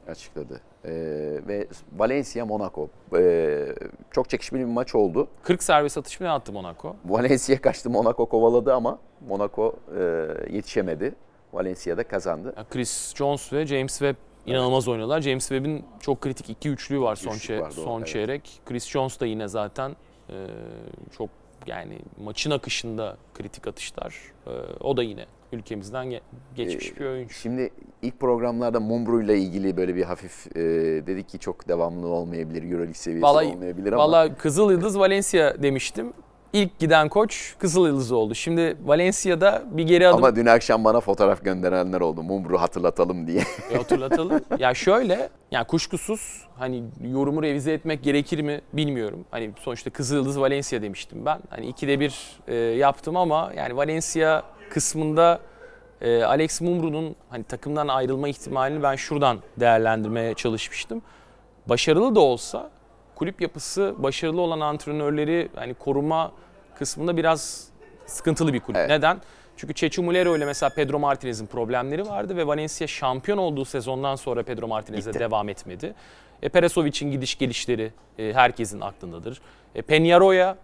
Ve Valencia Monaco. Çok çekişmeli bir maç oldu. 40 serbest atış mı attı Monaco? Valencia kaçtı, Monaco kovaladı ama Monaco yetişemedi. Valencia da kazandı. Chris Jones ve James Webb İnanılmaz oynuyorlar. James Webb'in çok kritik 2 üçlüğü var son çeyrek. Chris Jones da yine zaten çok yani maçın akışında kritik atışlar. O da yine ülkemizden geçmiş bir oyuncu. Şimdi ilk programlarda Mumru ile ilgili böyle bir hafif dedik ki çok devamlı olmayabilir, EuroLeague seviyesi olmayabilir ama. Valla Kızılyıldız Valencia demiştim. İlk giden koç Kızılyıldız oldu. Şimdi Valencia'da bir geri adım... Ama dün akşam bana fotoğraf gönderenler oldu. Mumru hatırlatalım diye. Hatırlatalım. Ya şöyle, yani kuşkusuz hani yorumu revize etmek gerekir mi bilmiyorum. Hani sonuçta Kızılyıldız Valencia demiştim ben. Hani 2'de 1 yaptım ama yani Valencia kısmında Alex Mumru'nun hani takımdan ayrılma ihtimalini ben şuradan değerlendirmeye çalışmıştım. Başarılı da olsa kulüp yapısı başarılı olan antrenörleri hani koruma kısmında biraz sıkıntılı bir kulüp. Evet. Neden? Çünkü Chechu Mulero ile mesela Pedro Martinez'in problemleri vardı ve Valencia şampiyon olduğu sezondan sonra Pedro Martinez'e devam etmedi. Peresovic'in gidiş gelişleri herkesin aklındadır. Peñaroya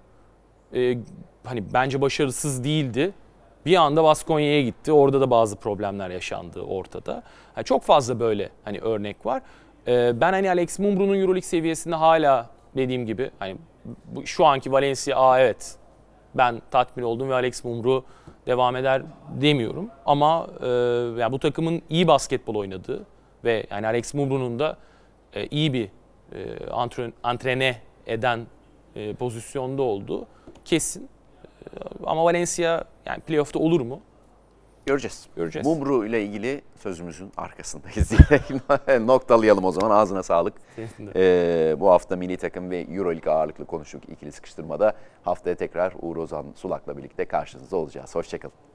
hani bence başarısız değildi. Bir anda Baskonya'ya gitti. Orada da bazı problemler yaşandı ortada. Yani çok fazla böyle hani örnek var. Ben hani Alex Mumru'nun EuroLeague seviyesinde hala dediğim gibi hani şu anki Valencia evet ben tatmin oldum ve Alex Mumru devam eder demiyorum. Ama yani bu takımın iyi basketbol oynadığı ve yani Alex Mumru'nun da iyi bir antrene eden pozisyonda olduğu kesin. Ama Valencia yani playoff'ta olur mu? Göreceğiz. Mumru ile ilgili sözümüzün arkasındayız diye noktalayalım o zaman. Ağzına sağlık. Bu hafta milli takım ve EuroLeague ağırlıklı konuştuk ikili sıkıştırmada. Haftaya tekrar Uğur Ozan Sulak'la birlikte karşınızda olacağız. Hoşçakalın.